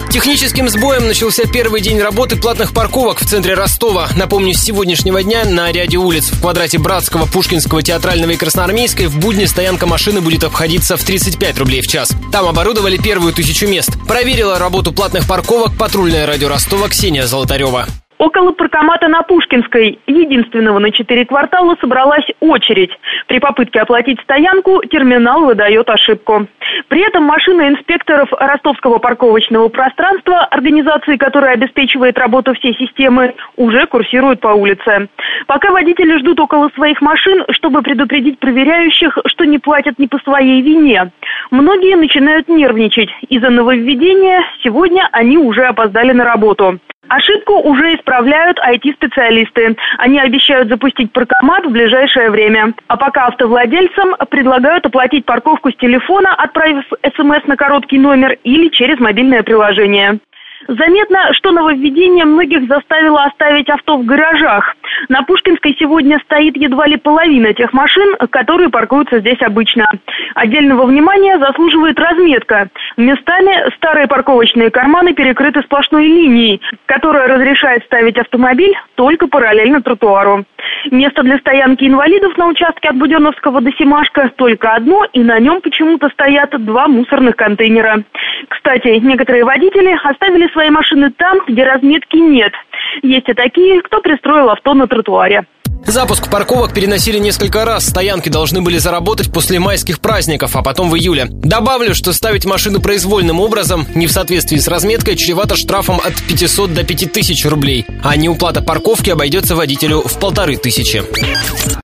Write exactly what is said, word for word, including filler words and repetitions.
Техническим сбоем начался первый день работы платных парковок в центре Ростова. Напомню, с сегодняшнего дня на ряде улиц в квадрате Братского, Пушкинского, Театрального и Красноармейской в будни стоянка машины будет обходиться в тридцать пять рублей в час. Там оборудовали первую тысячу мест. Проверила работу платных парковок патрульное радио Ростова Ксения Золотарева. Около паркомата на Пушкинской, единственного на четыре квартала, собралась очередь. При попытке оплатить стоянку терминал выдает ошибку. При этом машины инспекторов Ростовского парковочного пространства, организации, которая обеспечивает работу всей системы, уже курсируют по улице. Пока водители ждут около своих машин, чтобы предупредить проверяющих, что не платят не по своей вине. Многие начинают нервничать. Из-за нововведения сегодня они уже опоздали на работу. Ошибку уже исправляют ай ти-специалисты. Они обещают запустить паркомат в ближайшее время. А пока автовладельцам предлагают оплатить парковку с телефона, отправив смс на короткий номер или через мобильное приложение. Заметно, что нововведение многих заставило оставить авто в гаражах. На Пушкинской сегодня стоит едва ли половина тех машин, которые паркуются здесь обычно. Отдельного внимания заслуживает разметка. Местами старые парковочные карманы перекрыты сплошной линией, которая разрешает ставить автомобиль только параллельно тротуару. Место для стоянки инвалидов на участке от Буденновского до Семашко только одно, и на нем почему-то стоят два мусорных контейнера. Кстати, некоторые водители оставили свои машины там, где разметки нет. Есть и такие, кто пристроил авто на тротуаре. Запуск парковок переносили несколько раз. Стоянки должны были заработать после майских праздников, а потом в июле. Добавлю, что ставить машину произвольным образом, не в соответствии с разметкой, чревато штрафом от пятисот до пяти тысяч рублей. А неуплата парковки обойдется водителю в полторы тысячи.